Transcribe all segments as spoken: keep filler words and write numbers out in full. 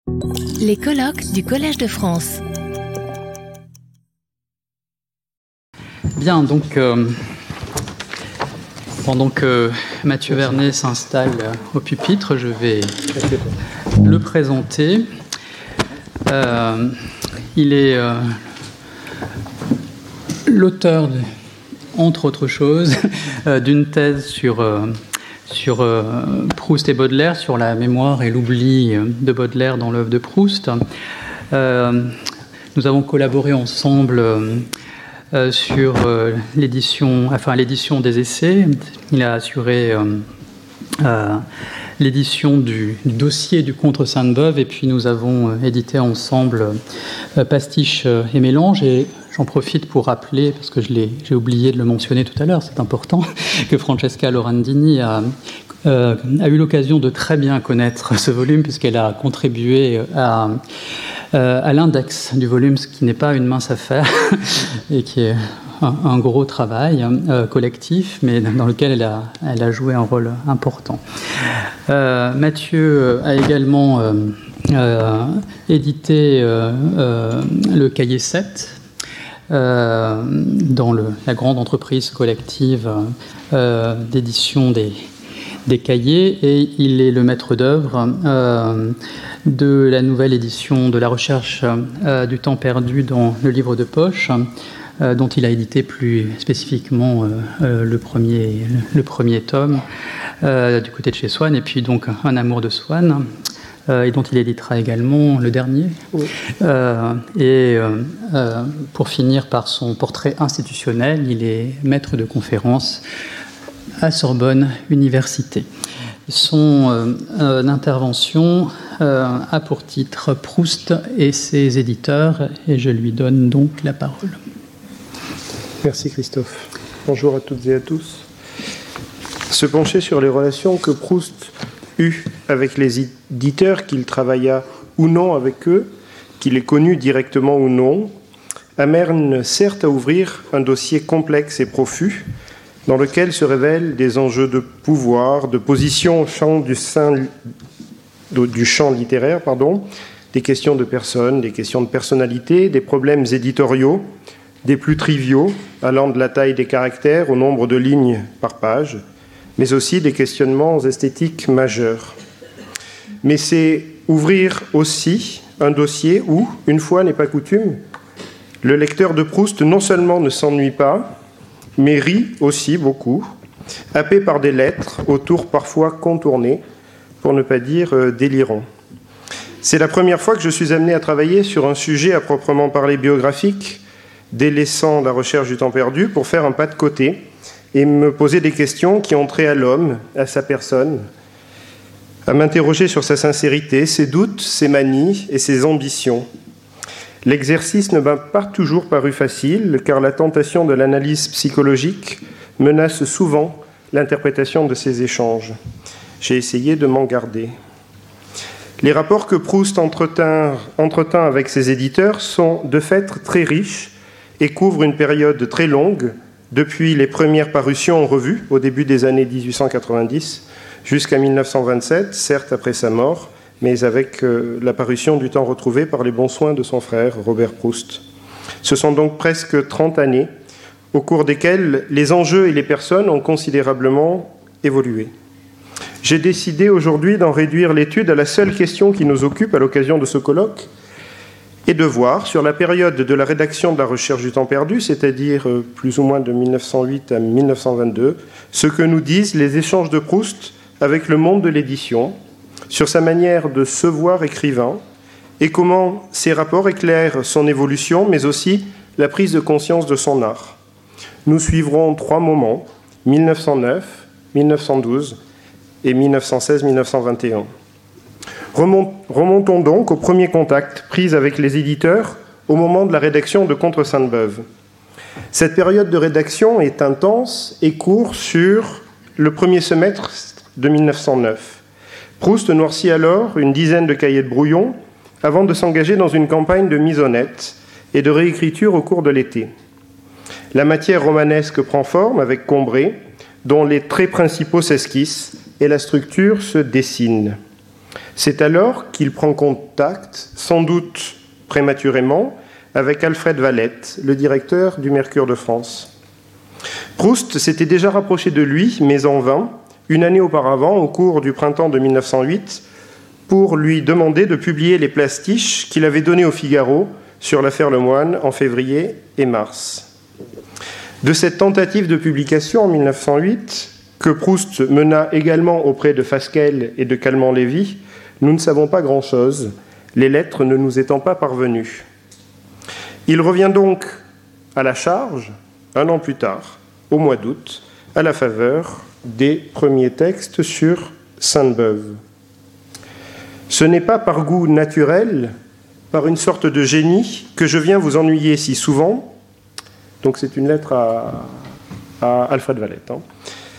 Les colloques du Collège de France. Bien, donc euh, pendant que Mathieu Vernet s'installe au pupitre, je vais le présenter. Euh, il est euh, l'auteur, de, entre autres choses, euh, d'une thèse sur, euh, sur euh, Proust et Baudelaire, sur la mémoire et l'oubli de Baudelaire dans l'œuvre de Proust. Euh, nous avons collaboré ensemble euh, Euh, sur euh, l'édition, enfin l'édition des essais. Il a assuré euh, euh, l'édition du, du dossier du Contre Sainte-Beuve, et puis nous avons euh, édité ensemble euh, Pastiche euh, et Mélange. Et j'en profite pour rappeler, parce que je l'ai, j'ai oublié de le mentionner tout à l'heure, c'est important, que Francesca Lorandini a, euh, a eu l'occasion de très bien connaître ce volume, puisqu'elle a contribué à Euh, à l'index du volume, ce qui n'est pas une mince affaire et qui est un, un gros travail euh, collectif, mais dans lequel elle a, elle a joué un rôle important. Euh, Mathieu a également euh, euh, édité euh, euh, le cahier sept euh, dans le, la grande entreprise collective euh, d'édition des des cahiers, et il est le maître d'œuvre euh, de la nouvelle édition de la recherche euh, du temps perdu dans le livre de poche, euh, dont il a édité plus spécifiquement euh, euh, le, premier, le premier tome euh, du côté de chez Swann, et puis donc Un amour de Swann, euh, et dont il éditera également le dernier. Oui. Euh, et euh, euh, pour finir par son portrait institutionnel, il est maître de conférence à Sorbonne Université. Son euh, euh, intervention euh, a pour titre Proust et ses éditeurs, et je lui donne donc la parole. Merci Christophe. Bonjour à toutes et à tous. Se pencher sur les relations que Proust eut avec les éditeurs, qu'il travailla ou non avec eux, qu'il les connut directement ou non, amène certes à ouvrir un dossier complexe et profus, dans lequel se révèlent des enjeux de pouvoir, de position au champ du, sein, du champ littéraire, pardon, des questions de personnes, des questions de personnalité, des problèmes éditoriaux, des plus triviaux, allant de la taille des caractères au nombre de lignes par page, mais aussi des questionnements esthétiques majeurs. Mais c'est ouvrir aussi un dossier où, une fois n'est pas coutume, le lecteur de Proust non seulement ne s'ennuie pas, mais rit aussi beaucoup, happé par des lettres, autour parfois contournés, pour ne pas dire euh, délirants. C'est la première fois que je suis amené à travailler sur un sujet à proprement parler biographique, délaissant la recherche du temps perdu pour faire un pas de côté et me poser des questions qui ont trait à l'homme, à sa personne, à m'interroger sur sa sincérité, ses doutes, ses manies et ses ambitions. L'exercice ne m'a pas toujours paru facile, car la tentation de l'analyse psychologique menace souvent l'interprétation de ces échanges. J'ai essayé de m'en garder. Les rapports que Proust entretint, entretint avec ses éditeurs sont de fait très riches et couvrent une période très longue, depuis les premières parutions en revue, au début des années dix-huit cent quatre-vingt-dix, jusqu'à mille neuf cent vingt-sept, certes après sa mort, mais avec euh, la parution du temps retrouvé par les bons soins de son frère, Robert Proust. Ce sont donc presque trente années au cours desquelles les enjeux et les personnes ont considérablement évolué. J'ai décidé aujourd'hui d'en réduire l'étude à la seule question qui nous occupe à l'occasion de ce colloque, et de voir, sur la période de la rédaction de la recherche du temps perdu, c'est-à-dire euh, plus ou moins de mille neuf cent huit à mille neuf cent vingt-deux, ce que nous disent les échanges de Proust avec le monde de l'édition, sur sa manière de se voir écrivain, et comment ces rapports éclairent son évolution, mais aussi la prise de conscience de son art. Nous suivrons trois moments, mille neuf cent neuf, mille neuf cent douze et mille neuf cent seize mille neuf cent vingt et un. Remontons donc au premier contact pris avec les éditeurs au moment de la rédaction de Contre Sainte-Beuve. Cette période de rédaction est intense et court sur le premier semestre de mille neuf cent neuf. Proust noircit alors une dizaine de cahiers de brouillon avant de s'engager dans une campagne de mise au net et de réécriture au cours de l'été. La matière romanesque prend forme avec Combray, dont les traits principaux s'esquissent et la structure se dessine. C'est alors qu'il prend contact, sans doute prématurément, avec Alfred Valette, le directeur du Mercure de France. Proust s'était déjà rapproché de lui, mais en vain, une année auparavant, au cours du printemps de mille neuf cent huit, pour lui demander de publier les pastiches qu'il avait donnés au Figaro sur l'affaire Lemoine en février et mars. De cette tentative de publication en mille neuf cent huit, que Proust mena également auprès de Fasquelle et de Calment-Lévy, nous ne savons pas grand-chose, les lettres ne nous étant pas parvenues. Il revient donc à la charge, un an plus tard, au mois d'août, à la faveur des premiers textes sur Sainte-Beuve. Ce n'est pas par goût naturel, par une sorte de génie, que je viens vous ennuyer si souvent. Donc c'est une lettre à, à Alfred Valette. Hein.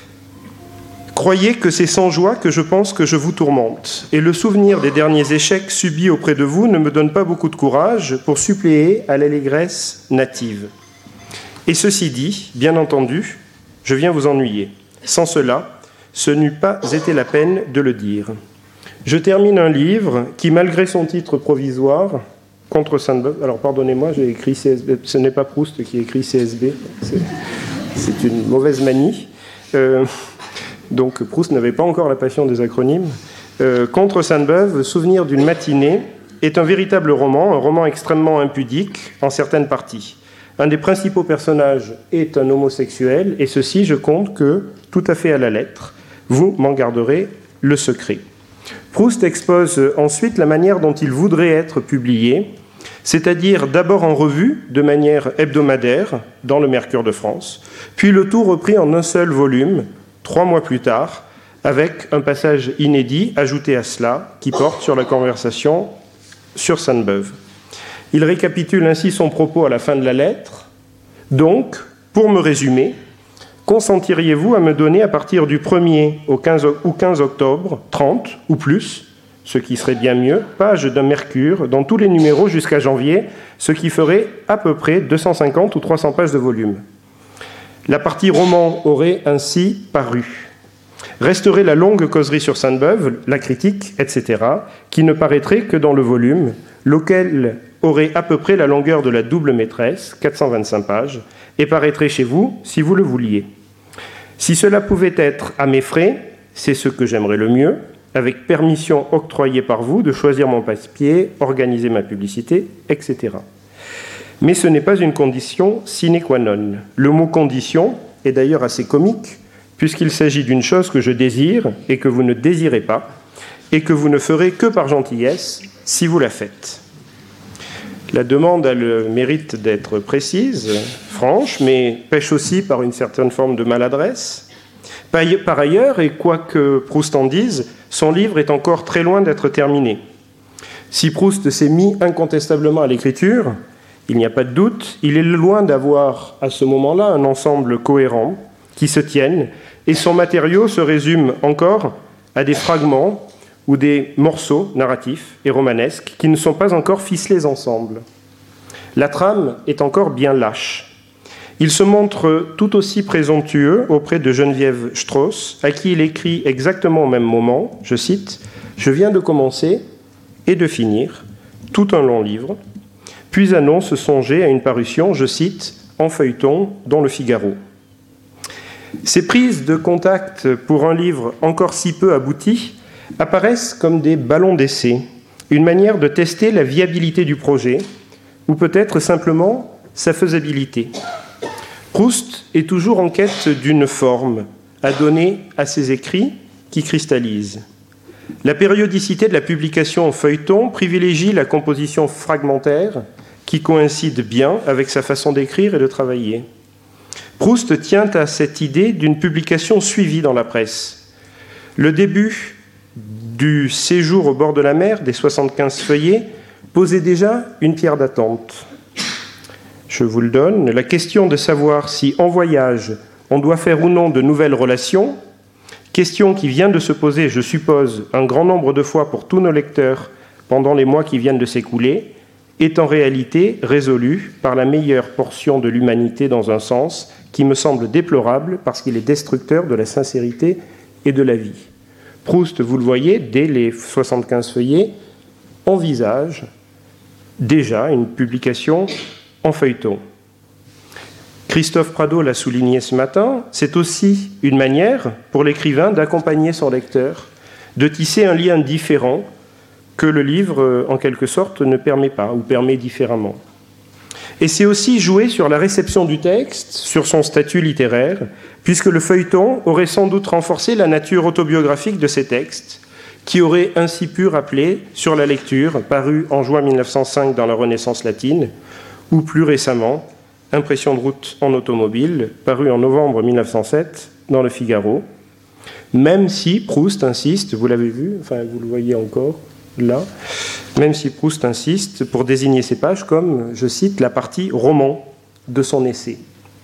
Croyez que c'est sans joie que je pense que je vous tourmente, et le souvenir des derniers échecs subis auprès de vous ne me donne pas beaucoup de courage pour suppléer à l'allégresse native. Et ceci dit, bien entendu, je viens vous ennuyer. Sans cela, ce n'eût pas été la peine de le dire. Je termine un livre qui, malgré son titre provisoire, contre Sainte-Beuve, alors pardonnez-moi, j'ai écrit C S B, ce n'est pas Proust qui écrit C S B, c'est, c'est une mauvaise manie. Euh, donc Proust n'avait pas encore la passion des acronymes. Euh, contre Sainte-Beuve, Souvenir d'une matinée, est un véritable roman, un roman extrêmement impudique en certaines parties. Un des principaux personnages est un homosexuel, et ceci, je compte que, tout à fait à la lettre, vous m'en garderez le secret. Proust expose ensuite la manière dont il voudrait être publié, c'est-à-dire d'abord en revue, de manière hebdomadaire, dans le Mercure de France, puis le tout repris en un seul volume, trois mois plus tard, avec un passage inédit ajouté à cela, qui porte sur la conversation sur Sainte-Beuve. Il récapitule ainsi son propos à la fin de la lettre. Donc, pour me résumer, consentiriez-vous à me donner à partir du premier au quinze, ou quinze octobre, trente ou plus, ce qui serait bien mieux, pages d'un Mercure dans tous les numéros jusqu'à janvier, ce qui ferait à peu près deux cent cinquante ou trois cents pages de volume. La partie roman aurait ainsi paru. Resterait la longue causerie sur Sainte-Beuve, la critique, et cetera, qui ne paraîtrait que dans le volume, lequel aurait à peu près la longueur de la double maîtresse, quatre cent vingt-cinq pages, et paraîtrait chez vous si vous le vouliez. Si cela pouvait être à mes frais, c'est ce que j'aimerais le mieux, avec permission octroyée par vous de choisir mon passe-pied, organiser ma publicité, et cetera. Mais ce n'est pas une condition sine qua non. Le mot « condition » est d'ailleurs assez comique, puisqu'il s'agit d'une chose que je désire et que vous ne désirez pas, et que vous ne ferez que par gentillesse si vous la faites. La demande a le mérite d'être précise, franche, mais pêche aussi par une certaine forme de maladresse. Par ailleurs, et quoi que Proust en dise, son livre est encore très loin d'être terminé. Si Proust s'est mis incontestablement à l'écriture, il n'y a pas de doute, il est loin d'avoir à ce moment-là un ensemble cohérent qui se tienne, et son matériau se résume encore à des fragments ou des morceaux narratifs et romanesques qui ne sont pas encore ficelés ensemble. La trame est encore bien lâche. Il se montre tout aussi présomptueux auprès de Geneviève Strauss, à qui il écrit exactement au même moment, je cite, « Je viens de commencer et de finir tout un long livre », puis annonce songer à une parution, je cite, « en feuilleton dans le Figaro ». Ces prises de contact pour un livre encore si peu abouti apparaissent comme des ballons d'essai, une manière de tester la viabilité du projet, ou peut-être simplement sa faisabilité. Proust est toujours en quête d'une forme à donner à ses écrits qui cristallisent. La périodicité de la publication en feuilleton privilégie la composition fragmentaire qui coïncide bien avec sa façon d'écrire et de travailler. Proust tient à cette idée d'une publication suivie dans la presse. Le début du séjour au bord de la mer, des soixante-quinze feuillets, posait déjà une pierre d'attente. Je vous le donne, la question de savoir si, en voyage, on doit faire ou non de nouvelles relations, question qui vient de se poser, je suppose, un grand nombre de fois pour tous nos lecteurs pendant les mois qui viennent de s'écouler, est en réalité résolue par la meilleure portion de l'humanité dans un sens qui me semble déplorable parce qu'il est destructeur de la sincérité et de la vie. Proust, vous le voyez, dès les soixante-quinze feuillets, envisage déjà une publication en feuilleton. Christophe Prado l'a souligné ce matin, c'est aussi une manière pour l'écrivain d'accompagner son lecteur, de tisser un lien différent que le livre, en quelque sorte, ne permet pas ou permet différemment. Et c'est aussi jouer sur la réception du texte, sur son statut littéraire, puisque le feuilleton aurait sans doute renforcé la nature autobiographique de ces textes, qui auraient ainsi pu rappeler sur la lecture, paru en juin mille neuf cent cinq dans la Renaissance latine, ou plus récemment, Impression de route en automobile, paru en novembre mille neuf cent sept dans le Figaro, même si Proust insiste, vous l'avez vu, enfin vous le voyez encore là, même si Proust insiste pour désigner ces pages comme, je cite, la partie roman de son essai.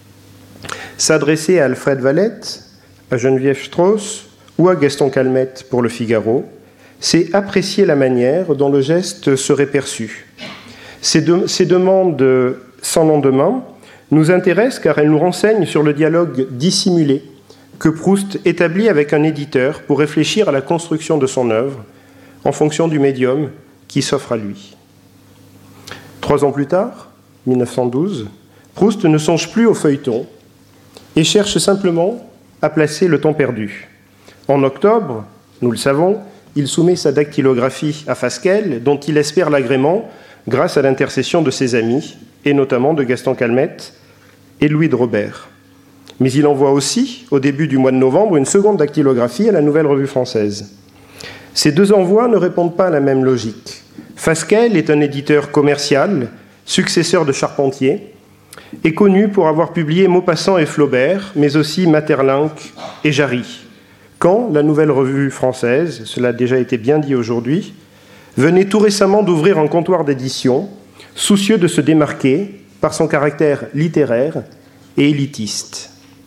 S'adresser à Alfred Valette, à Geneviève Strauss ou à Gaston Calmette pour le Figaro, c'est apprécier la manière dont le geste serait perçu. Ces, de, ces demandes sans lendemain nous intéressent car elles nous renseignent sur le dialogue dissimulé que Proust établit avec un éditeur pour réfléchir à la construction de son œuvre en fonction du médium qui s'offre à lui. Trois ans plus tard, mille neuf cent douze, Proust ne songe plus au feuilleton et cherche simplement à placer le temps perdu. En octobre, nous le savons, il soumet sa dactylographie à Fasquelle, dont il espère l'agrément grâce à l'intercession de ses amis, et notamment de Gaston Calmette et Louis de Robert. Mais il envoie aussi, au début du mois de novembre, une seconde dactylographie à la Nouvelle Revue Française. Ces deux envois ne répondent pas à la même logique. Fasquelle est un éditeur commercial, successeur de Charpentier, et connu pour avoir publié Maupassant et Flaubert, mais aussi Maeterlinck et Jarry. Quand la Nouvelle Revue Française, cela a déjà été bien dit aujourd'hui, venait tout récemment d'ouvrir un comptoir d'édition, soucieux de se démarquer par son caractère littéraire et élitiste.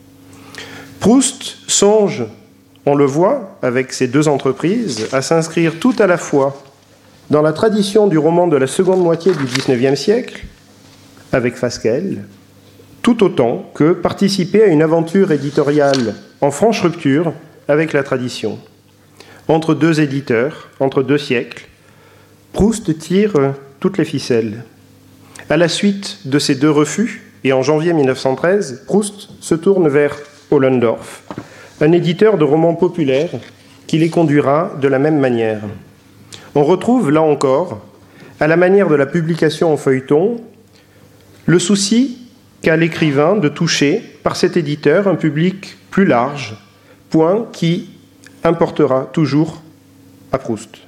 Proust songe, on le voit avec ces deux entreprises, à s'inscrire tout à la fois dans la tradition du roman de la seconde moitié du dix-neuvième siècle, avec Fasquelle, tout autant que participer à une aventure éditoriale en franche rupture avec la tradition. Entre deux éditeurs, entre deux siècles, Proust tire toutes les ficelles. À la suite de ces deux refus, et en janvier mille neuf cent treize, Proust se tourne vers Ollendorff, un éditeur de romans populaires qui les conduira de la même manière. On retrouve, là encore, à la manière de la publication en feuilleton, le souci qu'a l'écrivain de toucher, par cet éditeur, un public plus large, point qui importera toujours à Proust.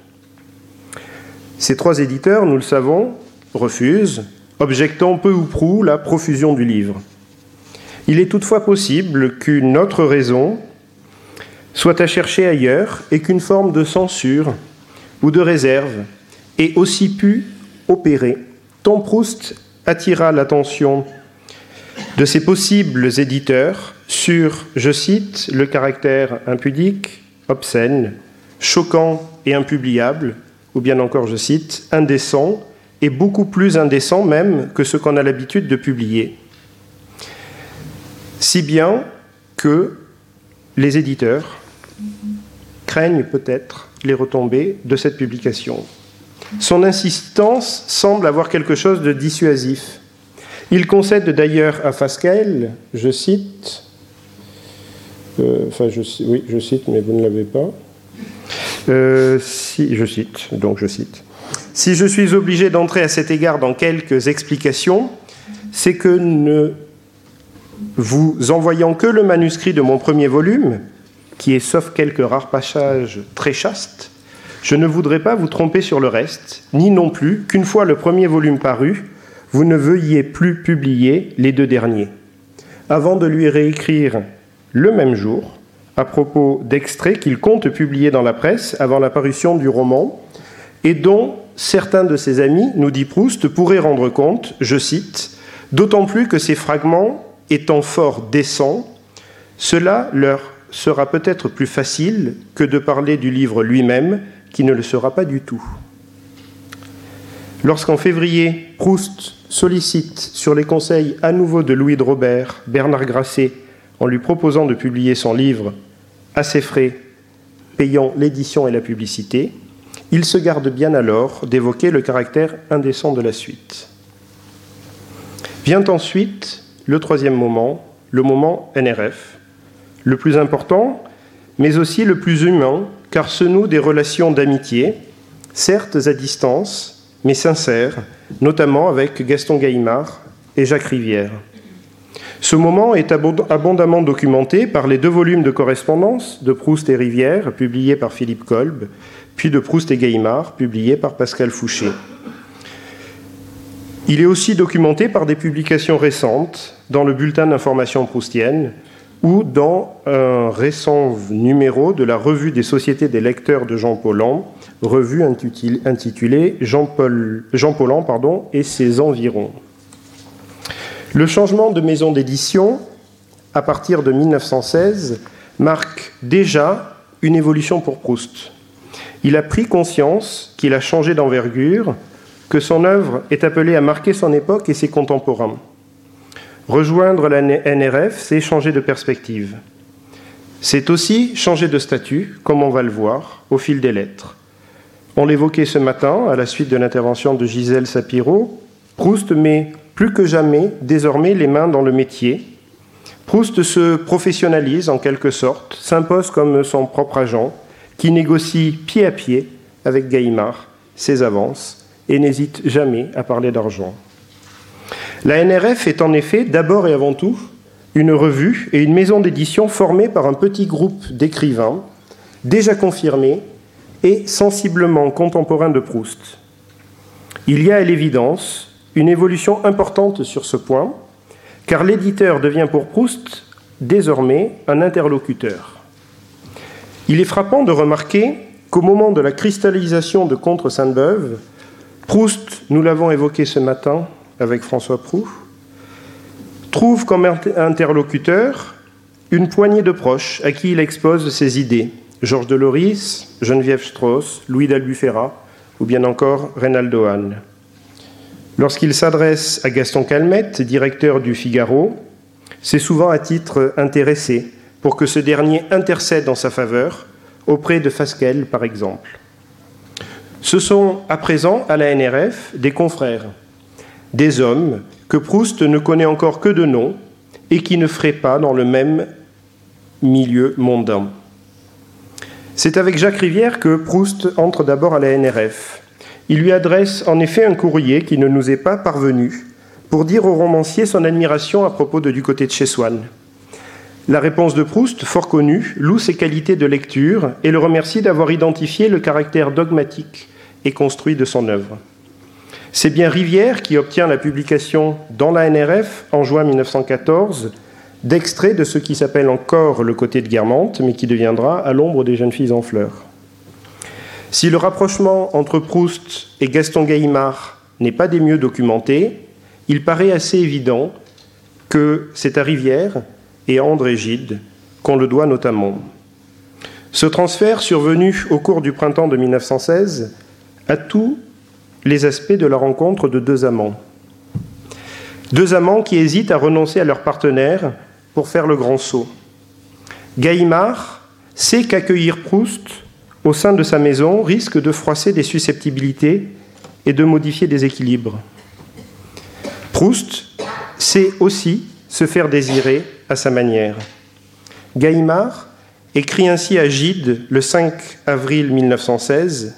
Ces trois éditeurs, nous le savons, refusent, objectant peu ou prou la profusion du livre. Il est toutefois possible qu'une autre raison soit à chercher ailleurs et qu'une forme de censure ou de réserve ait aussi pu opérer, tant Proust attira l'attention de ces possibles éditeurs sur, je cite, le caractère impudique, obscène, choquant et impubliable, ou bien encore, je cite, indécent, et beaucoup plus indécent même que ce qu'on a l'habitude de publier. Si bien que les éditeurs craignent peut-être les retombées de cette publication. Son insistance semble avoir quelque chose de dissuasif. Il concède d'ailleurs à Fasquelle, je cite, euh, enfin, je, oui, je cite, mais vous ne l'avez pas. Euh, si, je cite, donc je cite. Si je suis obligé d'entrer à cet égard dans quelques explications, c'est que ne vous envoyant que le manuscrit de mon premier volume, qui est, sauf quelques rares passages, très chaste, je ne voudrais pas vous tromper sur le reste, ni non plus qu'une fois le premier volume paru, vous ne veuilliez plus publier les deux derniers. Avant de lui réécrire le même jour, à propos d'extraits qu'il compte publier dans la presse avant la parution du roman, et dont certains de ses amis, nous dit Proust, pourraient rendre compte, je cite, « d'autant plus que ces fragments, étant fort décents, cela leur sera peut-être plus facile que de parler du livre lui-même, qui ne le sera pas du tout. » Lorsqu'en février, Proust sollicite sur les conseils à nouveau de Louis de Robert, Bernard Grasset, en lui proposant de publier son livre à ses frais, payant l'édition et la publicité, il se garde bien alors d'évoquer le caractère indécent de la suite. Vient ensuite le troisième moment, le moment N R F, le plus important, mais aussi le plus humain, car se nouent des relations d'amitié, certes à distance, mais sincères, notamment avec Gaston Gaïmard et Jacques Rivière. Ce moment est abondamment documenté par les deux volumes de correspondance de Proust et Rivière, publiés par Philippe Kolb, puis de Proust et Gaïmard, publiés par Pascal Fouché. Il est aussi documenté par des publications récentes dans le bulletin d'information proustienne ou dans un récent numéro de la Revue des Sociétés des lecteurs de Jean Paulhan, revue intitulée Jean-Paul, Jean Paulhan pardon, et ses environs. Le changement de maison d'édition, à partir de mille neuf cent seize, marque déjà une évolution pour Proust. Il a pris conscience qu'il a changé d'envergure, que son œuvre est appelée à marquer son époque et ses contemporains. Rejoindre la N R F, c'est changer de perspective. C'est aussi changer de statut, comme on va le voir, au fil des lettres. On l'évoquait ce matin, à la suite de l'intervention de Gisèle Sapiro, Proust met plus que jamais, désormais, les mains dans le métier. Proust se professionnalise en quelque sorte, s'impose comme son propre agent, qui négocie pied à pied avec Gaïmard ses avances et n'hésite jamais à parler d'argent. La N R F est en effet d'abord et avant tout une revue et une maison d'édition formée par un petit groupe d'écrivains déjà confirmés et sensiblement contemporains de Proust. Il y a à l'évidence une évolution importante sur ce point, car l'éditeur devient pour Proust désormais un interlocuteur. Il est frappant de remarquer qu'au moment de la cristallisation de Contre Sainte-Beuve, Proust, nous l'avons évoqué ce matin avec François Proust, trouve comme interlocuteur une poignée de proches à qui il expose ses idées. Georges Deloris, Geneviève Strauss, Louis d'Albufera ou bien encore Reynaldo Hahn. Lorsqu'il s'adresse à Gaston Calmette, directeur du Figaro, c'est souvent à titre intéressé pour que ce dernier intercède en sa faveur auprès de Fasquelle, par exemple. Ce sont à présent, à la N R F, des confrères, des hommes que Proust ne connaît encore que de nom et qui ne feraient pas dans le même milieu mondain. C'est avec Jacques Rivière que Proust entre d'abord à la N R F. Il lui adresse en effet un courrier qui ne nous est pas parvenu pour dire au romancier son admiration à propos de Du côté de chez Swann. La réponse de Proust, fort connue, loue ses qualités de lecture et le remercie d'avoir identifié le caractère dogmatique et construit de son œuvre. C'est bien Rivière qui obtient la publication dans la N R F en juin mille neuf cent quatorze d'extraits de ce qui s'appelle encore Le côté de Guermantes, mais qui deviendra À l'ombre des jeunes filles en fleurs. Si le rapprochement entre Proust et Gaston Gaïmard n'est pas des mieux documenté, il paraît assez évident que c'est à Rivière et à André Gide qu'on le doit notamment. Ce transfert, survenu au cours du printemps de mille neuf cent seize, a tous les aspects de la rencontre de deux amants. Deux amants qui hésitent à renoncer à leur partenaire pour faire le grand saut. Gaïmard sait qu'accueillir Proust au sein de sa maison risque de froisser des susceptibilités et de modifier des équilibres. Proust sait aussi se faire désirer à sa manière. Gaïmard écrit ainsi à Gide le cinq avril mille neuf cent seize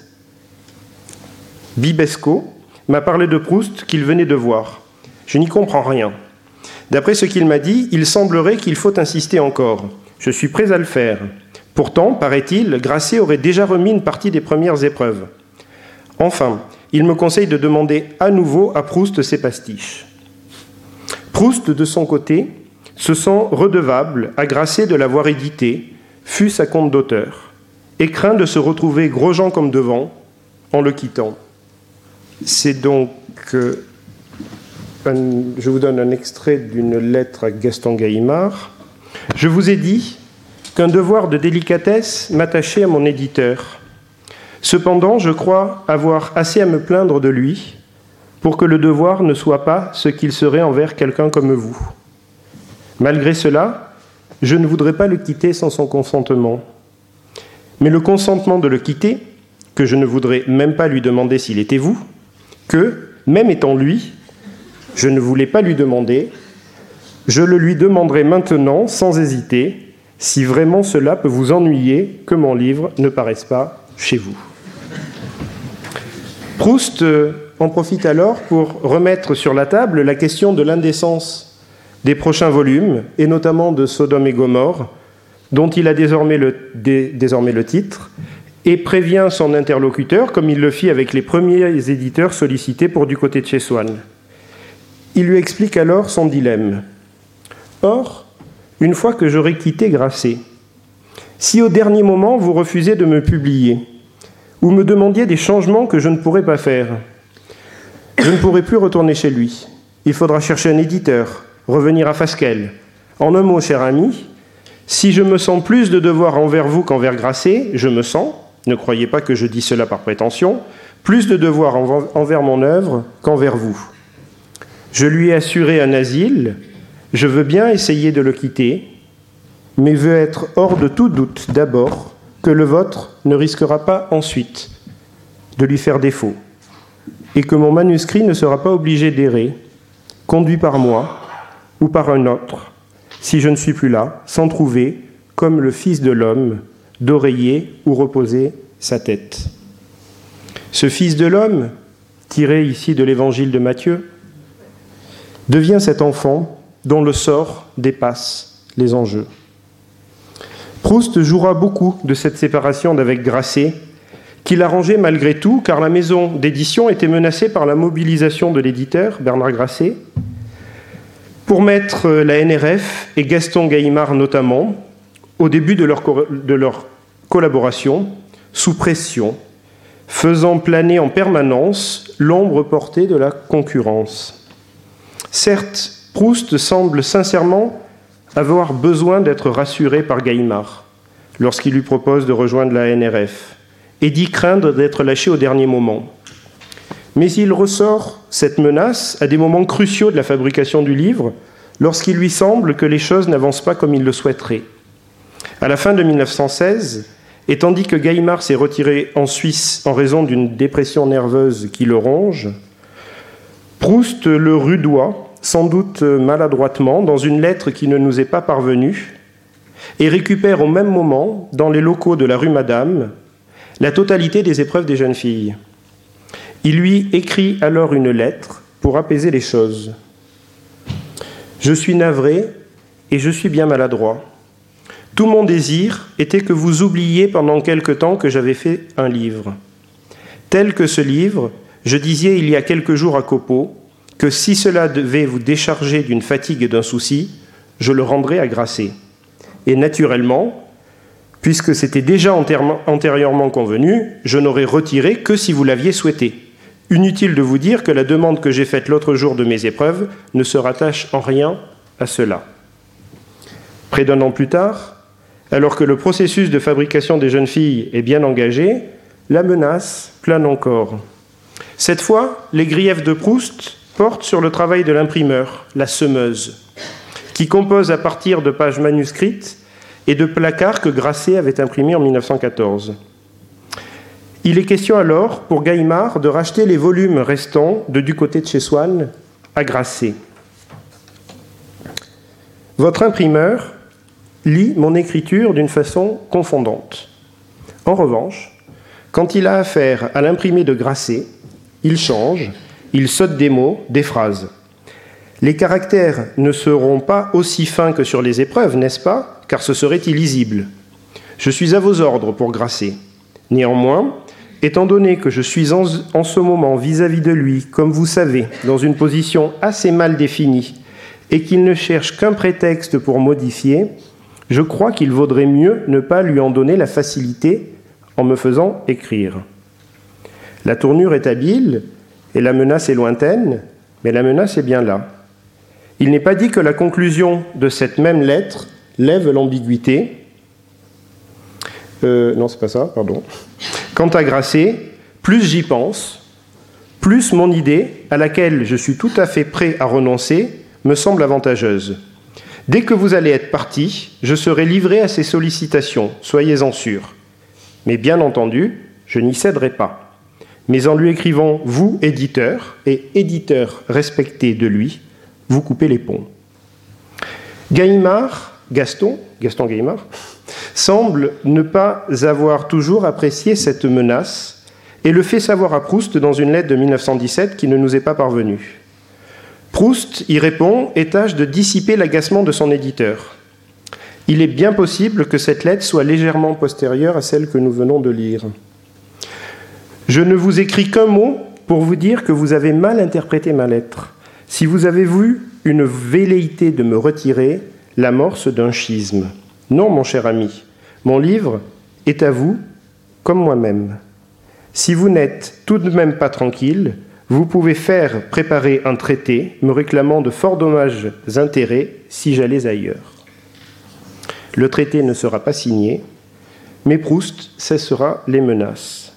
« Bibesco m'a parlé de Proust qu'il venait de voir. Je n'y comprends rien. D'après ce qu'il m'a dit, il semblerait qu'il faut insister encore. Je suis prêt à le faire. Pourtant, paraît-il, Grasset aurait déjà remis une partie des premières épreuves. Enfin, il me conseille de demander à nouveau à Proust ses pastiches. » Proust, de son côté, se sent redevable à Grasset de l'avoir édité, fût-ce à compte d'auteur, et craint de se retrouver gros Jean comme devant en le quittant. C'est donc, euh, un, je vous donne un extrait d'une lettre à Gaston Gaïmard. « Je vous ai dit qu'un devoir de délicatesse m'attachait à mon éditeur. Cependant, je crois avoir assez à me plaindre de lui pour que le devoir ne soit pas ce qu'il serait envers quelqu'un comme vous. Malgré cela, je ne voudrais pas le quitter sans son consentement. mais le consentement de le quitter, que je ne voudrais même pas lui demander s'il était vous, que, même étant lui, je ne voulais pas lui demander, je le lui demanderai maintenant, sans hésiter, si vraiment cela peut vous ennuyer que mon livre ne paraisse pas chez vous. Proust en profite alors pour remettre sur la table la question de l'indécence des prochains volumes, et notamment de Sodome et Gomorrhe, dont il a désormais le, dé, désormais le titre, et prévient son interlocuteur, comme il le fit avec les premiers éditeurs sollicités pour Du côté de chez Swann. Il lui explique alors son dilemme. Or, une fois que j'aurai quitté Grasset, si au dernier moment vous refusez de me publier, ou me demandiez des changements que je ne pourrais pas faire, je ne pourrai plus retourner chez lui. Il faudra chercher un éditeur, revenir à Fasquelle. En un mot, cher ami, si je me sens plus de devoir envers vous qu'envers Grasset, je me sens, ne croyez pas que je dis cela par prétention, plus de devoir envers mon œuvre qu'envers vous. Je lui ai assuré un asile, je veux bien essayer de le quitter, mais veux être hors de tout doute d'abord que le vôtre ne risquera pas ensuite de lui faire défaut, et que mon manuscrit ne sera pas obligé d'errer, conduit par moi ou par un autre, si je ne suis plus là, sans trouver, comme le Fils de l'homme, d'oreiller où reposer sa tête. Ce Fils de l'homme, tiré ici de l'évangile de Matthieu, devient cet enfant dont le sort dépasse les enjeux. Proust jouera beaucoup de cette séparation d'avec Grasset, qu'il arrangeait malgré tout, car la maison d'édition était menacée par la mobilisation de l'éditeur, Bernard Grasset, pour mettre la N R F et Gaston Gaïmard notamment, au début de leur, de leur collaboration, sous pression, faisant planer en permanence l'ombre portée de la concurrence. Certes, Proust semble sincèrement avoir besoin d'être rassuré par Gaïmard lorsqu'il lui propose de rejoindre la N R F et d'y craindre d'être lâché au dernier moment. Mais il ressort cette menace à des moments cruciaux de la fabrication du livre, lorsqu'il lui semble que les choses n'avancent pas comme il le souhaiterait. À la fin de mille neuf cent seize, et tandis que Gaïmard s'est retiré en Suisse en raison d'une dépression nerveuse qui le ronge, Proust le rudoie, sans doute maladroitement, dans une lettre qui ne nous est pas parvenue, et récupère au même moment, dans les locaux de la rue Madame, la totalité des épreuves des jeunes filles. Il lui écrit alors une lettre pour apaiser les choses. « Je suis navré et je suis bien maladroit. Tout mon désir était que vous oubliiez pendant quelque temps que j'avais fait un livre. Tel que ce livre, je disais il y a quelques jours à Copeau que si cela devait vous décharger d'une fatigue et d'un souci, je le rendrais à Grasset. Et naturellement, puisque c'était déjà antérieurement convenu, je n'aurais retiré que si vous l'aviez souhaité. Inutile de vous dire que la demande que j'ai faite l'autre jour de mes épreuves ne se rattache en rien à cela. » Près d'un an plus tard, alors que le processus de fabrication des jeunes filles est bien engagé, la menace plane encore. Cette fois, les griefs de Proust portent sur le travail de l'imprimeur, la semeuse, qui compose à partir de pages manuscrites et de placards que Grasset avait imprimés en mille neuf cent quatorze. Il est question alors, pour Gaïmard, de racheter les volumes restants de Du côté de chez Swann à Grasset. Votre imprimeur lit mon écriture d'une façon confondante. En revanche, quand il a affaire à l'imprimé de Grasset, il change, il saute des mots, des phrases. Les caractères ne seront pas aussi fins que sur les épreuves, n'est-ce pas ? Car ce serait illisible. Je suis à vos ordres pour Grasset. Néanmoins, étant donné que je suis en, en ce moment vis-à-vis de lui, comme vous savez, dans une position assez mal définie, et qu'il ne cherche qu'un prétexte pour modifier, je crois qu'il vaudrait mieux ne pas lui en donner la facilité en me faisant écrire. La tournure est habile et la menace est lointaine, mais la menace est bien là. Il n'est pas dit que la conclusion de cette même lettre lève l'ambiguïté. Euh, non, c'est pas ça, pardon. Quant à Grasset, plus j'y pense, plus mon idée, à laquelle je suis tout à fait prêt à renoncer, me semble avantageuse. Dès que vous allez être parti, je serai livré à ses sollicitations, soyez-en sûrs. Mais bien entendu, je n'y céderai pas. Mais en lui écrivant « vous, éditeur » et « éditeur respecté de lui », vous coupez les ponts. Gaimard, Gaston, Gaston Gaimard, semble ne pas avoir toujours apprécié cette menace et le fait savoir à Proust dans une lettre de mille neuf cent dix-sept qui ne nous est pas parvenue. Proust y répond et tâche de dissiper l'agacement de son éditeur. Il est bien possible que cette lettre soit légèrement postérieure à celle que nous venons de lire. Je ne vous écris qu'un mot pour vous dire que vous avez mal interprété ma lettre. Si vous avez vu une velléité de me retirer, l'amorce d'un schisme. Non, mon cher ami, mon livre est à vous comme moi-même. Si vous n'êtes tout de même pas tranquille, vous pouvez faire préparer un traité me réclamant de fort dommages intérêts si j'allais ailleurs. Le traité ne sera pas signé, mais Proust cessera les menaces.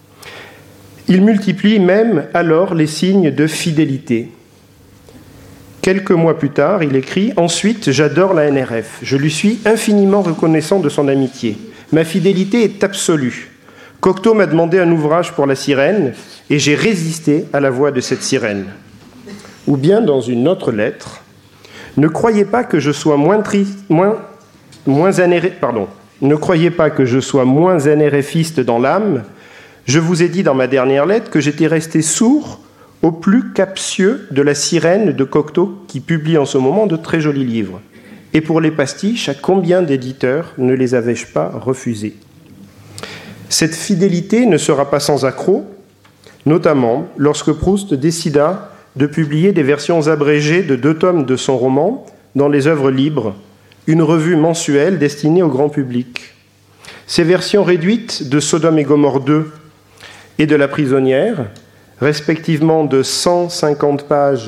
Il multiplie même alors les signes de fidélité. Quelques mois plus tard, il écrit « Ensuite, j'adore la N R F. Je lui suis infiniment reconnaissant de son amitié. Ma fidélité est absolue. Cocteau m'a demandé un ouvrage pour la sirène et j'ai résisté à la voix de cette sirène. » Ou bien dans une autre lettre, « Ne croyez pas que je sois moins triste, moins, moins pardon, ne croyez pas que je sois moins NRFiste dans l'âme. Je vous ai dit dans ma dernière lettre que j'étais resté sourd au plus captieux de la sirène de Cocteau qui publie en ce moment de très jolis livres. Et pour les pastiches, à combien d'éditeurs ne les avais-je pas refusés ? Cette fidélité ne sera pas sans accroc, notamment lorsque Proust décida de publier des versions abrégées de deux tomes de son roman dans les œuvres libres, une revue mensuelle destinée au grand public. Ces versions réduites de Sodome et Gomorrhe deux et de La prisonnière, respectivement de cent cinquante pages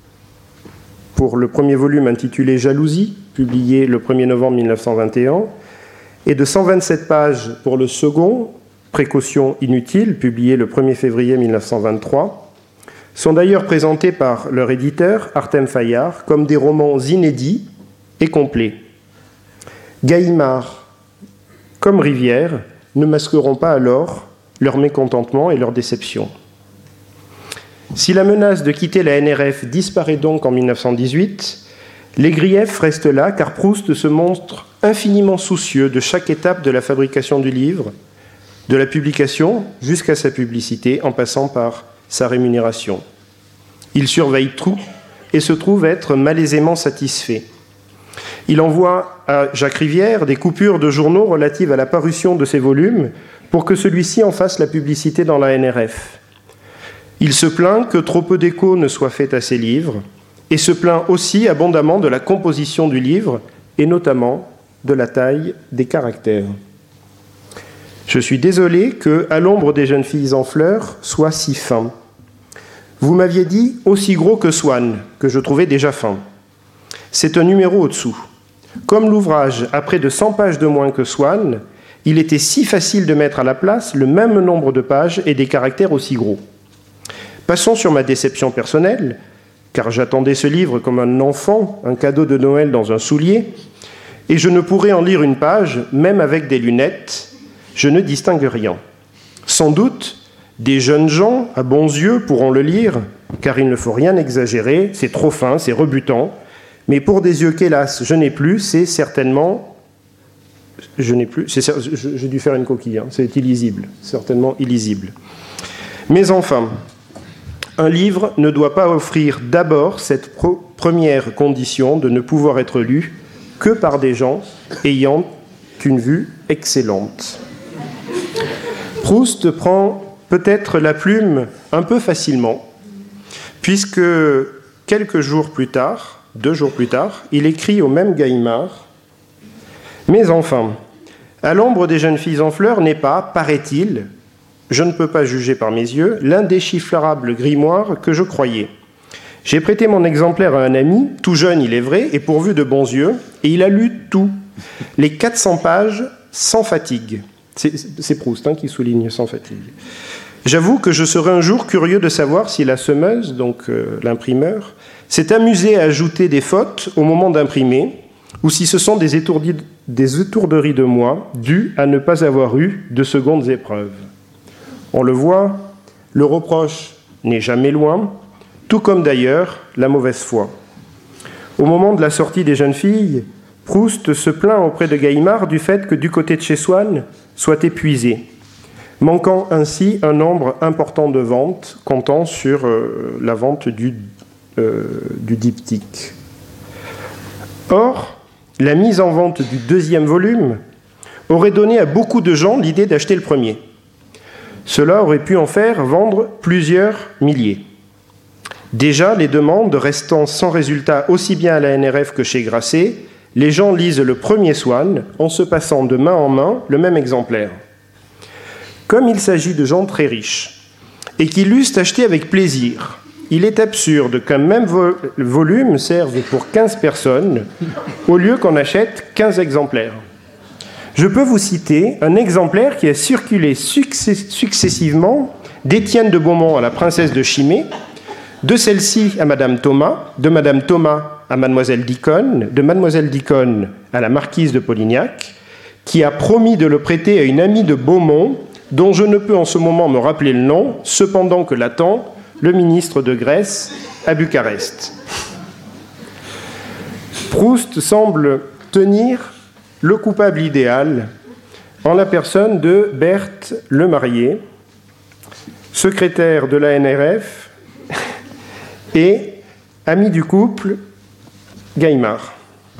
pour le premier volume intitulé « Jalousie », publié le premier novembre mille neuf cent vingt et un, et de cent vingt-sept pages pour le second, « Précaution inutile », publié le premier février mille neuf cent vingt-trois, sont d'ailleurs présentés par leur éditeur, Artem Fayard, comme des romans inédits et complets. Gaimard, comme Rivière, ne masqueront pas alors leur mécontentement et leur déception. Si la menace de quitter la N R F disparaît donc en mille neuf cent dix-huit, les griefs restent là car Proust se montre infiniment soucieux de chaque étape de la fabrication du livre, de la publication jusqu'à sa publicité en passant par sa rémunération. Il surveille tout et se trouve être malaisément satisfait. Il envoie à Jacques Rivière des coupures de journaux relatives à la parution de ses volumes pour que celui-ci en fasse la publicité dans la N R F. Il se plaint que trop peu d'écho ne soit fait à ses livres et se plaint aussi abondamment de la composition du livre et notamment de la taille des caractères. Je suis désolé que « À l'ombre des jeunes filles en fleurs » soit si fin. Vous m'aviez dit « aussi gros que Swann », que je trouvais déjà fin. C'est un numéro au-dessous. Comme l'ouvrage a près de cent pages de moins que Swann, il était si facile de mettre à la place le même nombre de pages et des caractères aussi gros. Passons sur ma déception personnelle, car j'attendais ce livre comme un enfant, un cadeau de Noël dans un soulier, et je ne pourrais en lire une page, même avec des lunettes, je ne distingue rien. Sans doute, des jeunes gens à bons yeux pourront le lire, car il ne faut rien exagérer, c'est trop fin, c'est rebutant, mais pour des yeux qu'hélas je n'ai plus, c'est certainement... Je n'ai plus... J'ai dû faire une coquille, hein, c'est illisible, certainement illisible. Mais enfin... Un livre ne doit pas offrir d'abord cette première condition de ne pouvoir être lu que par des gens ayant une vue excellente. Proust prend peut-être la plume un peu facilement, puisque quelques jours plus tard, deux jours plus tard, il écrit au même Gaimard « Mais enfin, à l'ombre des jeunes filles en fleurs n'est pas, paraît-il, je ne peux pas juger par mes yeux, l'indéchiffrable grimoire que je croyais. J'ai prêté mon exemplaire à un ami, tout jeune il est vrai, et pourvu de bons yeux, et il a lu tout, les quatre cents pages sans fatigue. » C'est Proust hein, qui souligne sans fatigue. « J'avoue que je serais un jour curieux de savoir si la semeuse, donc euh, l'imprimeur, s'est amusée à ajouter des fautes au moment d'imprimer, ou si ce sont des, étourdis, des étourderies de moi dues à ne pas avoir eu de secondes épreuves. On le voit, le reproche n'est jamais loin, tout comme d'ailleurs la mauvaise foi. Au moment de la sortie des jeunes filles, Proust se plaint auprès de Gaïmard du fait que du côté de chez Swann soit épuisé, manquant ainsi un nombre important de ventes, comptant sur euh, la vente du, euh, du diptyque. Or, la mise en vente du deuxième volume aurait donné à beaucoup de gens l'idée d'acheter le premier. Cela aurait pu en faire vendre plusieurs milliers. Déjà, les demandes restant sans résultat aussi bien à la N R F que chez Grasset, les gens lisent le premier Swann en se passant de main en main le même exemplaire. Comme il s'agit de gens très riches et qui l'eussent acheté avec plaisir, il est absurde qu'un même vo- volume serve pour quinze personnes au lieu qu'on achète quinze exemplaires. Je peux vous citer un exemplaire qui a circulé success- successivement d'Étienne de Beaumont à la princesse de Chimay, de celle-ci à Madame Thomas, de Madame Thomas à Mademoiselle Dicconne, de Mademoiselle Dicconne à la marquise de Polignac, qui a promis de le prêter à une amie de Beaumont, dont je ne peux en ce moment me rappeler le nom, cependant que l'attend le ministre de Grèce à Bucarest. Proust semble tenir le coupable idéal en la personne de Berthe Lemarié, secrétaire de la N R F et ami du couple Gaïmard.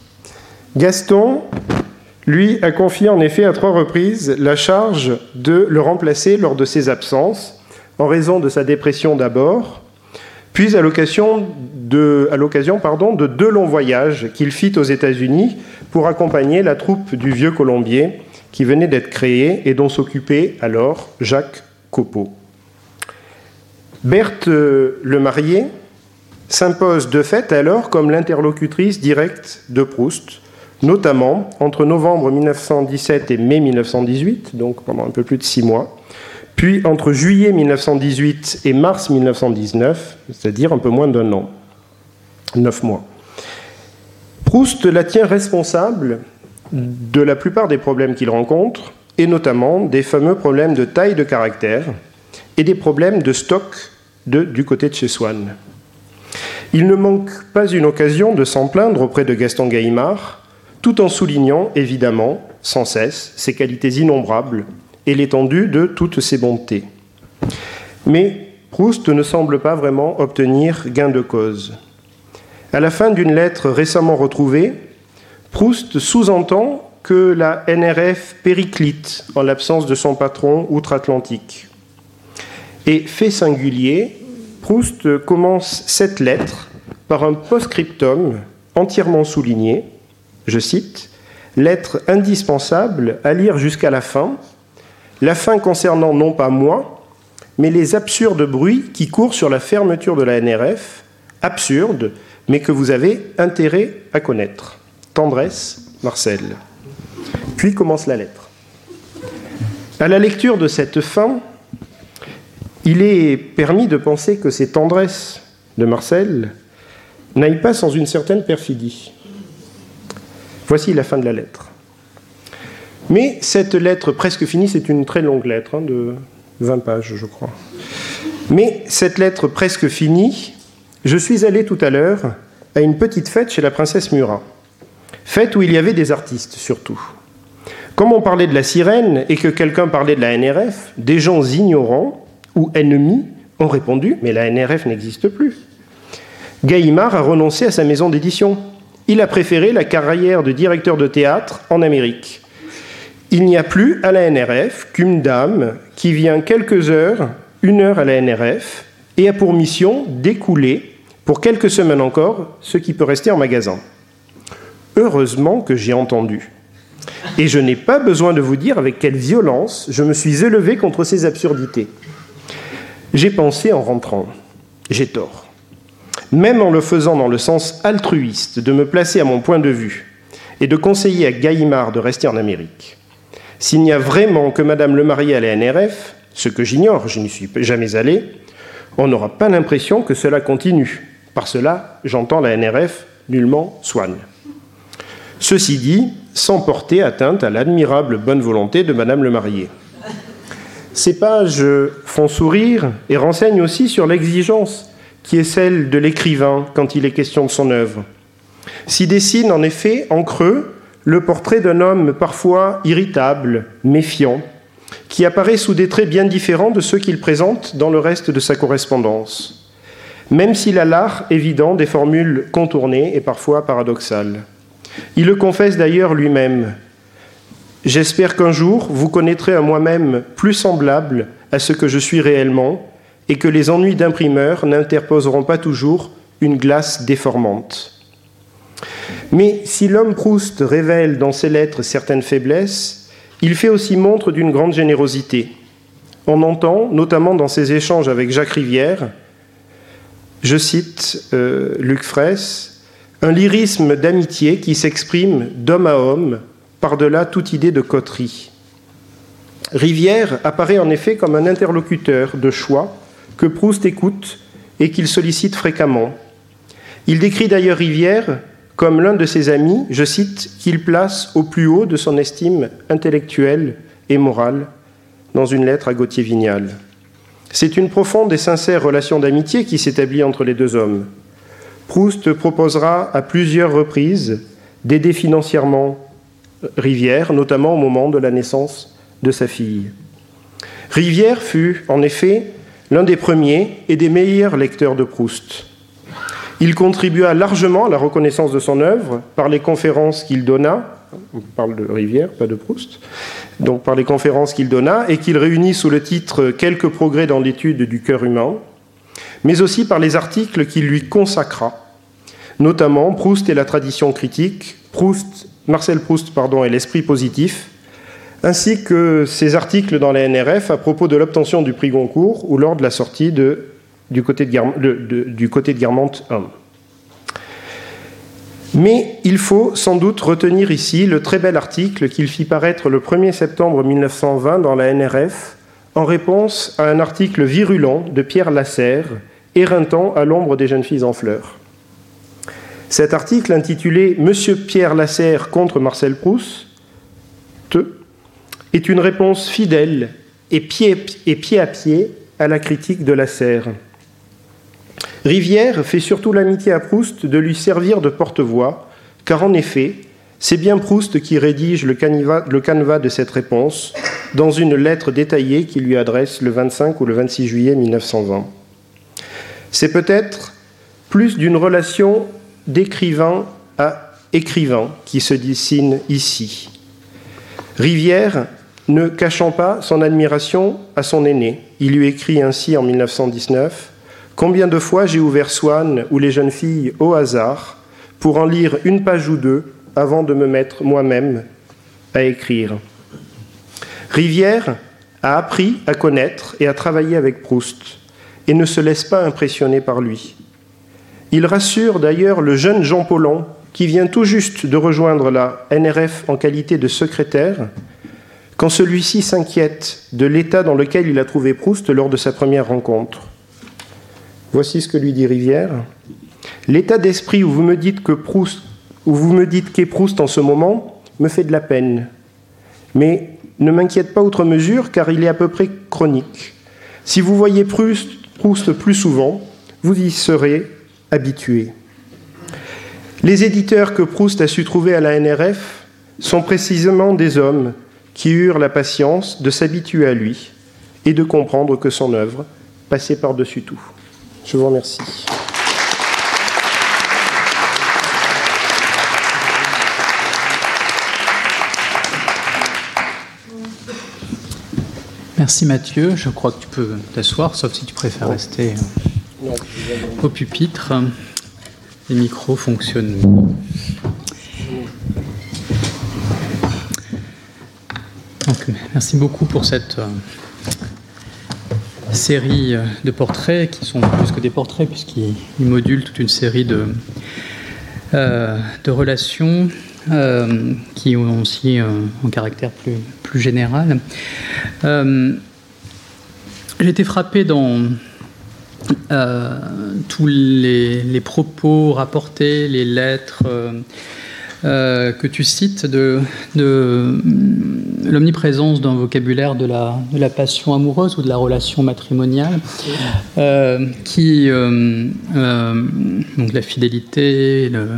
Gaston, lui, a confié en effet à trois reprises la charge de le remplacer lors de ses absences, en raison de sa dépression d'abord, puis à l'occasion de, à l'occasion, pardon, de deux longs voyages qu'il fit aux États-Unis pour accompagner la troupe du Vieux Colombier qui venait d'être créée et dont s'occupait alors Jacques Copeau. Berthe Lemarié s'impose de fait alors comme l'interlocutrice directe de Proust, notamment entre novembre mille neuf cent dix-sept et mai mille neuf cent dix-huit, donc pendant un peu plus de six mois, puis entre juillet mille neuf cent dix-huit et mars mille neuf cent dix-neuf, c'est-à-dire un peu moins d'un an, neuf mois. Proust la tient responsable de la plupart des problèmes qu'il rencontre, et notamment des fameux problèmes de taille de caractère et des problèmes de stock de, du côté de chez Swann. Il ne manque pas une occasion de s'en plaindre auprès de Gaston Gaïmard, tout en soulignant, évidemment, sans cesse, ses qualités innombrables et l'étendue de toutes ses bontés. Mais Proust ne semble pas vraiment obtenir gain de cause. À la fin d'une lettre récemment retrouvée, Proust sous-entend que la N R F périclite en l'absence de son patron outre-Atlantique. Et fait singulier, Proust commence cette lettre par un post-scriptum entièrement souligné, je cite, « Lettre indispensable à lire jusqu'à la fin, la fin concernant non pas moi, mais les absurdes bruits qui courent sur la fermeture de la N R F, absurdes, mais que vous avez intérêt à connaître. Tendresse, Marcel. » Puis commence la lettre. À la lecture de cette fin, il est permis de penser que ces tendresses de Marcel n'aillent pas sans une certaine perfidie. Voici la fin de la lettre. Mais cette lettre presque finie, c'est une très longue lettre, hein, de vingt pages, je crois. Mais cette lettre presque finie, je suis allé tout à l'heure à une petite fête chez la princesse Murat. Fête où il y avait des artistes, surtout. Comme on parlait de la sirène et que quelqu'un parlait de la N R F, des gens ignorants ou ennemis ont répondu « mais la N R F n'existe plus ». Gaïmard a renoncé à sa maison d'édition. Il a préféré la carrière de directeur de théâtre en Amérique. Il n'y a plus à la N R F qu'une dame qui vient quelques heures, une heure à la N R F, et a pour mission d'écouler, pour quelques semaines encore, ce qui peut rester en magasin. Heureusement que j'ai entendu. Et je n'ai pas besoin de vous dire avec quelle violence je me suis élevé contre ces absurdités. J'ai pensé en rentrant, j'ai tort. Même en le faisant dans le sens altruiste de me placer à mon point de vue et de conseiller à Gaïmard de rester en Amérique. S'il n'y a vraiment que Madame Lemarié à la N R F, ce que j'ignore, je n'y suis jamais allé, on n'aura pas l'impression que cela continue. Par cela, j'entends la N R F, nullement Swann. Ceci dit, sans porter atteinte à l'admirable bonne volonté de Madame le marié. Ces pages font sourire et renseignent aussi sur l'exigence qui est celle de l'écrivain quand il est question de son œuvre. S'y dessine en effet en creux le portrait d'un homme parfois irritable, méfiant, qui apparaît sous des traits bien différents de ceux qu'il présente dans le reste de sa correspondance, même s'il a l'art évident des formules contournées et parfois paradoxales. Il le confesse d'ailleurs lui-même. « J'espère qu'un jour, vous connaîtrez un moi-même plus semblable à ce que je suis réellement et que les ennuis d'imprimeur n'interposeront pas toujours une glace déformante. » Mais si l'homme Proust révèle dans ses lettres certaines faiblesses, il fait aussi montre d'une grande générosité. On entend, notamment dans ses échanges avec Jacques Rivière, je cite euh, Luc Fraisse, un lyrisme d'amitié qui s'exprime d'homme à homme, par-delà toute idée de coterie. Rivière apparaît en effet comme un interlocuteur de choix que Proust écoute et qu'il sollicite fréquemment. Il décrit d'ailleurs Rivière comme l'un de ses amis, je cite, qu'il place au plus haut de son estime intellectuelle et morale, dans une lettre à Gauthier Vignal. C'est une profonde et sincère relation d'amitié qui s'établit entre les deux hommes. Proust proposera à plusieurs reprises d'aider financièrement Rivière, notamment au moment de la naissance de sa fille. Rivière fut, en effet, l'un des premiers et des meilleurs lecteurs de Proust. Il contribua largement à la reconnaissance de son œuvre par les conférences qu'il donna, on parle de Rivière, pas de Proust, donc par les conférences qu'il donna et qu'il réunit sous le titre « Quelques progrès dans l'étude du cœur humain », mais aussi par les articles qu'il lui consacra, notamment Proust et la tradition critique, Proust, Marcel Proust pardon, et l'esprit positif, ainsi que ses articles dans la N R F à propos de l'obtention du prix Goncourt ou lors de la sortie de Du côté de, Guerm- de, de, du côté de Guermantes un. Mais il faut sans doute retenir ici le très bel article qu'il fit paraître le premier septembre mille neuf cent vingt dans la N R F en réponse à un article virulent de Pierre Lasserre, éreintant à l'ombre des jeunes filles en fleurs. Cet article, intitulé « Monsieur Pierre Lasserre contre Marcel Proust », est une réponse fidèle et pied, et pied à pied à la critique de Lasserre. Rivière fait surtout l'amitié à Proust de lui servir de porte-voix, car en effet, c'est bien Proust qui rédige le canevas, le canevas de cette réponse dans une lettre détaillée qu'il lui adresse le vingt-cinq ou le vingt-six juillet mille neuf cent vingt. C'est peut-être plus d'une relation d'écrivain à écrivain qui se dessine ici. Rivière, ne cachant pas son admiration à son aîné, il lui écrit ainsi en mille neuf cent dix-neuf « Combien de fois j'ai ouvert Swann ou les jeunes filles au hasard pour en lire une page ou deux avant de me mettre moi-même à écrire. » Rivière a appris à connaître et à travailler avec Proust et ne se laisse pas impressionner par lui. Il rassure d'ailleurs le jeune Jean Paulhan qui vient tout juste de rejoindre la N R F en qualité de secrétaire quand celui-ci s'inquiète de l'état dans lequel il a trouvé Proust lors de sa première rencontre. Voici ce que lui dit Rivière. « L'état d'esprit où vous me dites que Proust, où vous me dites qu'est Proust en ce moment me fait de la peine. Mais ne m'inquiète pas outre mesure car il est à peu près chronique. Si vous voyez Proust, Proust plus souvent, vous y serez habitué. » Les éditeurs que Proust a su trouver à la N R F sont précisément des hommes qui eurent la patience de s'habituer à lui et de comprendre que son œuvre passait par-dessus tout. Je vous remercie. Merci Mathieu. Je crois que tu peux t'asseoir, sauf si tu préfères rester au pupitre. Les micros fonctionnent. Donc, merci beaucoup pour cette euh, série de portraits qui sont plus que des portraits puisqu'ils modulent toute une série de, euh, de relations euh, qui ont aussi euh, un caractère plus, plus général. Euh, j'ai été frappé dans euh, tous les, les propos rapportés, les lettres, euh, euh, que tu cites de, de l'omniprésence d'un vocabulaire de la, de la passion amoureuse ou de la relation matrimoniale, euh, qui, euh, euh, donc la fidélité, le,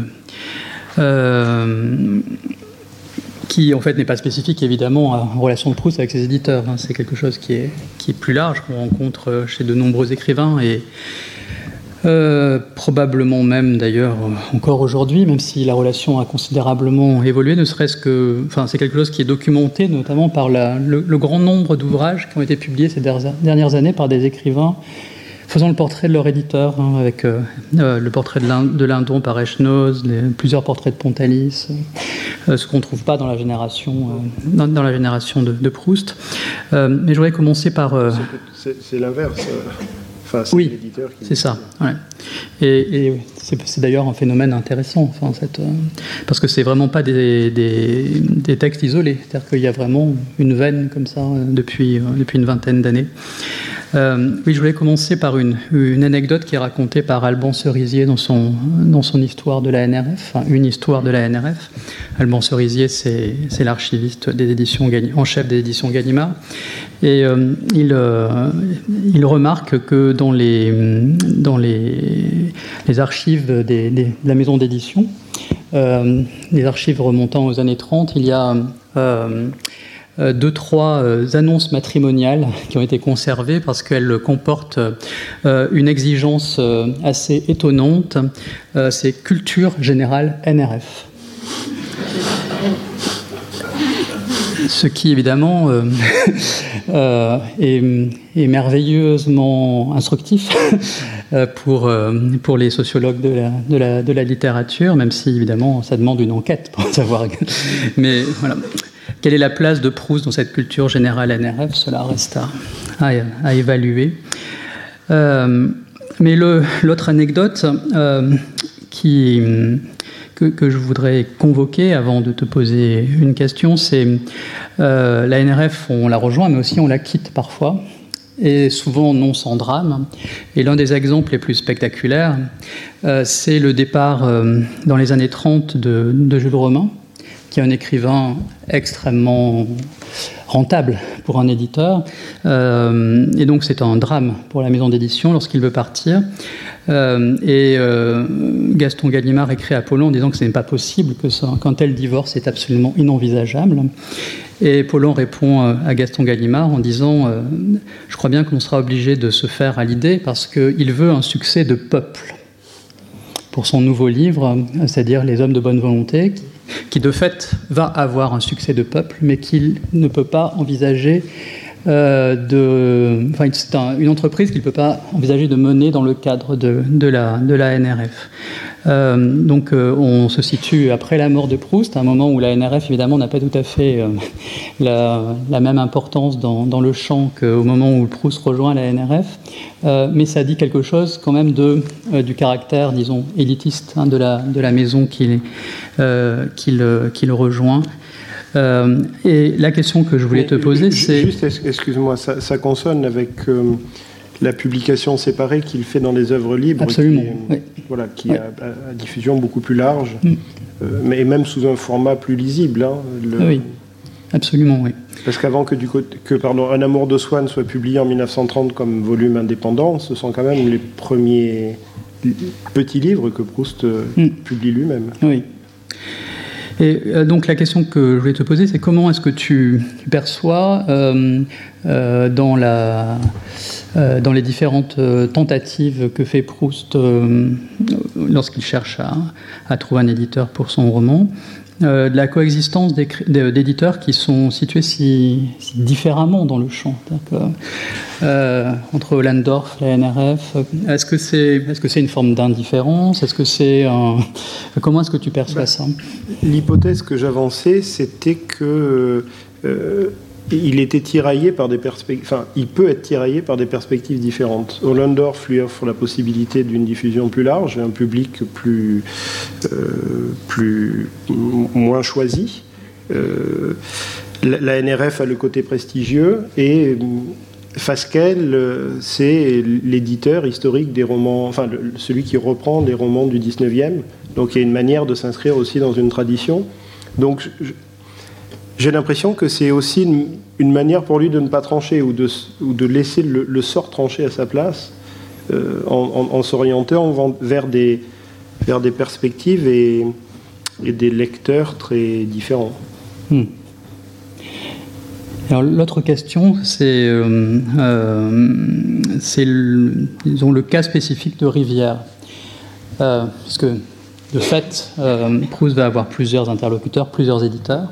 euh, qui en fait n'est pas spécifique évidemment à la relation de Proust avec ses éditeurs. Hein. C'est quelque chose qui est, qui est plus large, qu'on rencontre chez de nombreux écrivains et euh, probablement même d'ailleurs encore aujourd'hui, même si la relation a considérablement évolué, ne serait-ce que, enfin c'est quelque chose qui est documenté notamment par la, le, le grand nombre d'ouvrages qui ont été publiés ces dernières années par des écrivains faisant le portrait de leur éditeur, hein, avec euh, euh, le portrait de Lindon par Echenoz, les, plusieurs portraits de Pontalis, euh, ce qu'on ne trouve pas dans la génération, euh, dans, dans la génération de, de Proust. Euh, mais je voudrais commencer par... Euh... C'est l'inverse. Enfin, c'est oui, l'éditeur qui... c'est ça. Ouais. Et, et c'est d'ailleurs un phénomène intéressant, enfin, cette, euh, parce que c'est vraiment pas des, des, des textes isolés. C'est-à-dire qu'il y a vraiment une veine comme ça euh, depuis, euh, depuis une vingtaine d'années. Euh, oui, je voulais commencer par une, une anecdote qui est racontée par Alban Cerisier dans son, dans son histoire de la N R F, enfin, une histoire de la N R F. Alban Cerisier, c'est l'archiviste des éditions en chef des éditions Gallimard. Et euh, il, euh, il remarque que dans les, dans les, les archives des, des, de la maison d'édition, euh, les archives remontant aux années trente, il y a... Euh, deux, trois euh, annonces matrimoniales qui ont été conservées parce qu'elles comportent euh, une exigence euh, assez étonnante. Euh, c'est culture générale N R F. Ce qui, évidemment, euh, euh, est, est merveilleusement instructif pour, euh, pour les sociologues de la, de, la, de la littérature, même si, évidemment, ça demande une enquête pour savoir. Mais voilà. Quelle est la place de Proust dans cette culture générale N R F? Cela reste à, à, à évaluer. Euh, mais l'autre anecdote euh, qui, que, que je voudrais convoquer avant de te poser une question, c'est euh, la N R F, on la rejoint, mais aussi on la quitte parfois, et souvent non sans drame. Et l'un des exemples les plus spectaculaires, euh, c'est le départ euh, dans les années trente de, de Jules Romain, qui est un écrivain extrêmement rentable pour un éditeur. Euh, et donc c'est un drame pour la maison d'édition lorsqu'il veut partir. Euh, et euh, Gaston Gallimard écrit à Pollan en disant que ce n'est pas possible, que ça, qu'un tel divorce est absolument inenvisageable. Et Pollan répond à Gaston Gallimard en disant euh, « Je crois bien qu'on sera obligé de se faire à l'idée parce qu'il veut un succès de peuple pour son nouveau livre, c'est-à-dire Les hommes de bonne volonté », qui de fait va avoir un succès de peuple, mais qu'il ne peut pas envisager euh, de... Enfin, c'est un, une entreprise qu'il ne peut pas envisager de mener dans le cadre de, de, la, de la N R F. Euh, donc euh, on se situe après la mort de Proust, à un moment où la N R F évidemment n'a pas tout à fait euh, la, la même importance dans, dans le champ qu'au moment où Proust rejoint la N R F, euh, mais ça dit quelque chose quand même de, euh, du caractère, disons, élitiste hein, de, la, de la maison qu'il euh, qu'il, qu'il rejoint. Euh, et la question que je voulais mais, te poser, c'est... Juste, excuse-moi, ça, ça consonne avec... Euh... la publication séparée qu'il fait dans les œuvres libres, absolument, qui, oui. voilà, qui oui. a, a diffusion beaucoup plus large, mm. euh, mais même sous un format plus lisible. Hein, le... Oui, absolument, oui. Parce qu'avant que, du côté, que pardon, Un amour de Swann soit publié en mille neuf cent trente comme volume indépendant, ce sont quand même les premiers petits livres que Proust mm. publie lui-même. Oui. Et euh, donc la question que je voulais te poser, c'est comment est-ce que tu perçois euh, euh, dans, la, euh, dans les différentes euh, tentatives que fait Proust euh, lorsqu'il cherche à, à trouver un éditeur pour son roman, euh, de la coexistence d'éditeurs qui sont situés si, si différemment dans le champ, euh, entre Landorf, la N R F. Est-ce que c'est est-ce que c'est une forme d'indifférence? Est-ce que c'est un... Comment est-ce que tu perçois ben, ça? L'hypothèse que j'avançais, c'était que euh, il était tiraillé par des perspectives. Enfin, il peut être tiraillé par des perspectives différentes. Ollendorf lui offre la possibilité d'une diffusion plus large, un public plus, euh, plus moins choisi. Euh, la, la N R F a le côté prestigieux et Fasquelle, c'est l'éditeur historique des romans, enfin le, celui qui reprend des romans du dix-neuvième, Donc il y a une manière de s'inscrire aussi dans une tradition. Donc je, j'ai l'impression que c'est aussi une, une manière pour lui de ne pas trancher ou de, ou de laisser le, le sort trancher à sa place euh, en, en, en s'orientant vers des, vers des perspectives et, et des lecteurs très différents. Hmm. Alors l'autre question, c'est, euh, euh, c'est le, disons, le cas spécifique de Rivière. Euh, parce que, de fait, euh, Proust va avoir plusieurs interlocuteurs, plusieurs éditeurs.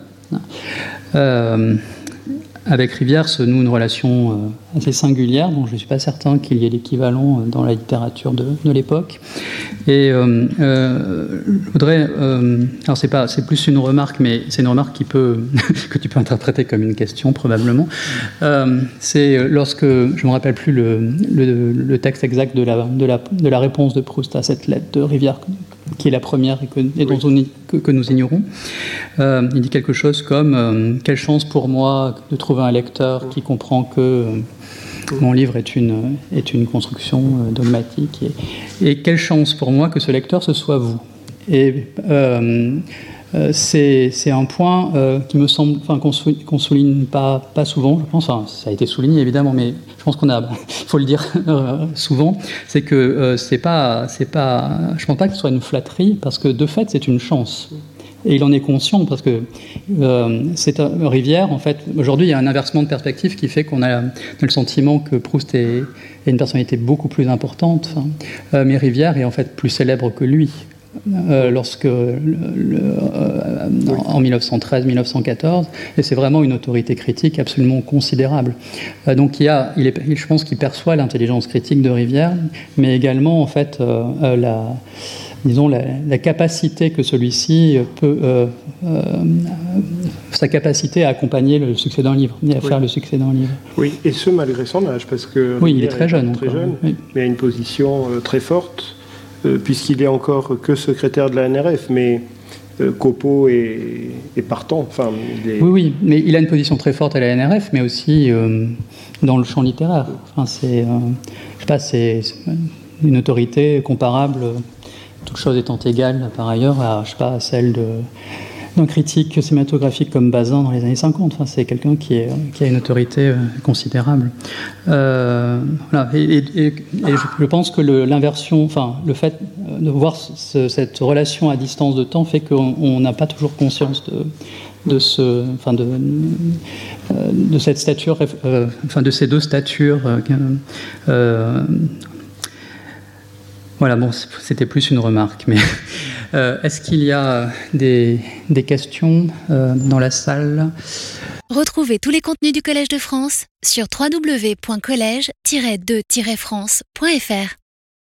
Euh, avec Rivière se noue une relation euh, assez singulière, dont je ne suis pas certain qu'il y ait l'équivalent dans la littérature de, de l'époque. Et euh, euh, je voudrais... Euh, alors c'est pas, c'est plus une remarque, mais c'est une remarque qui peut, que tu peux interpréter comme une question, probablement. Euh, c'est lorsque... Je ne me rappelle plus le, le, le texte exact de la, de, la, de la réponse de Proust à cette lettre de Rivière, qui est la première et, que, et dont on, que, que nous ignorons. Euh, il dit quelque chose comme euh, « Quelle chance pour moi de trouver un lecteur qui comprend que euh, mon livre est une, est une construction euh, dogmatique. Et, et quelle chance pour moi que ce lecteur, ce soit vous. » Et euh, euh, c'est, c'est un point euh, qui me semble, enfin, qu'on ne qu'on souligne pas, pas souvent, je pense. Enfin, ça a été souligné, évidemment, mais je pense qu'on a, il faut le dire euh, souvent, c'est que euh, c'est pas, c'est pas, je ne pense pas que ce soit une flatterie, parce que de fait, c'est une chance. Et il en est conscient, parce que euh, c'est un, Rivière, en fait, aujourd'hui, il y a un inversement de perspective qui fait qu'on a, a le sentiment que Proust est, est une personnalité beaucoup plus importante, hein, euh, mais Rivière est en fait plus célèbre que lui. Euh, lorsque le, le, euh, en dix-neuf cent treize dix-neuf cent quatorze, et c'est vraiment une autorité critique absolument considérable. Euh, donc il y a, il est, je pense qu'il perçoit l'intelligence critique de Rivière, mais également en fait euh, euh, la, disons la, la capacité que celui-ci peut, euh, euh, sa capacité à accompagner le succès d'un livre, et à oui. faire le succès d'un livre. Oui, et ce malgré son âge, parce que oui, il est très est jeune, très encore, jeune, oui. mais a une position euh, très forte. Euh, puisqu'il est encore que secrétaire de la N R F, mais euh, Copeau est, est partant. Enfin, il est... Oui, oui, mais il a une position très forte à la N R F, mais aussi euh, dans le champ littéraire. Enfin, c'est, euh, je sais pas, c'est une autorité comparable, toutes choses étant égales par ailleurs, à, je sais pas, à celle de, d'un critique cinématographique comme Bazin dans les années cinquante. Enfin, c'est quelqu'un qui, est, qui a une autorité euh, considérable. Euh, voilà. Et, et, et, et je, je pense que le, l'inversion, enfin, le fait de voir ce, cette relation à distance de temps fait qu'on n'a pas toujours conscience de, de, ce, enfin de, de cette stature, euh, enfin de ces deux statures. Euh, euh, Voilà, bon, c'était plus une remarque, mais euh, est-ce qu'il y a des, des questions euh, dans la salle ? Retrouvez tous les contenus du Collège de France sur w w w point collège tiret de tiret france point f r.